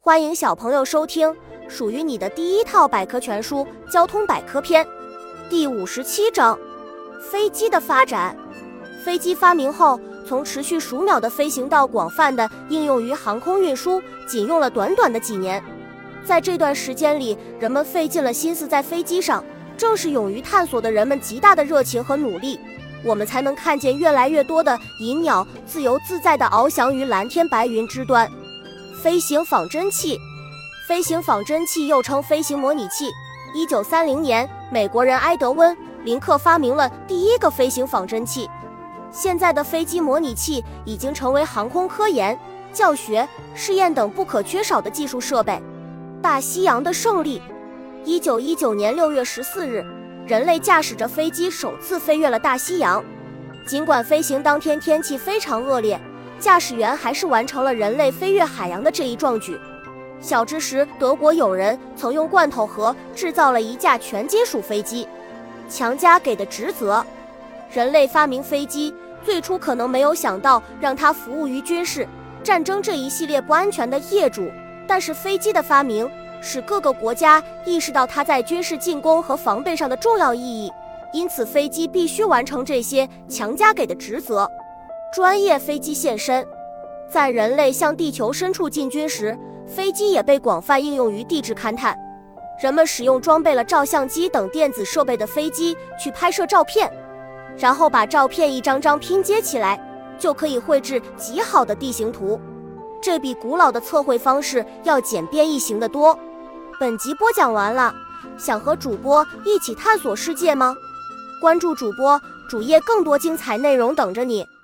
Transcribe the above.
欢迎小朋友收听属于你的第一套百科全书《交通百科篇》第57章：飞机的发展。飞机发明后，从持续数秒的飞行到广泛的应用于航空运输，仅用了短短的几年。在这段时间里，人们费尽了心思在飞机上，正是勇于探索的人们极大的热情和努力，我们才能看见越来越多的银鸟自由自在地翱翔于蓝天白云之端。飞行仿真器。飞行仿真器又称飞行模拟器。1930年，美国人埃德温·林克发明了第一个飞行仿真器。现在的飞机模拟器已经成为航空科研、教学、试验等不可缺少的技术设备。大西洋的胜利。1919年6月14日，人类驾驶着飞机首次飞越了大西洋。尽管飞行当天天气非常恶劣，驾驶员还是完成了人类飞越海洋的这一壮举。小知识：德国有人曾用罐头盒制造了一架全金属飞机。强加给的职责。人类发明飞机，最初可能没有想到让它服务于军事、战争这一系列不安全的业主，但是飞机的发明使各个国家意识到它在军事进攻和防备上的重要意义，因此飞机必须完成这些强加给的职责。专业飞机现身。在人类向地球深处进军时，飞机也被广泛应用于地质勘探。人们使用装备了照相机等电子设备的飞机去拍摄照片，然后把照片一张张拼接起来，就可以绘制极好的地形图。这比古老的测绘方式要简便易行得多。本集播讲完了，想和主播一起探索世界吗？关注主播主页，更多精彩内容等着你。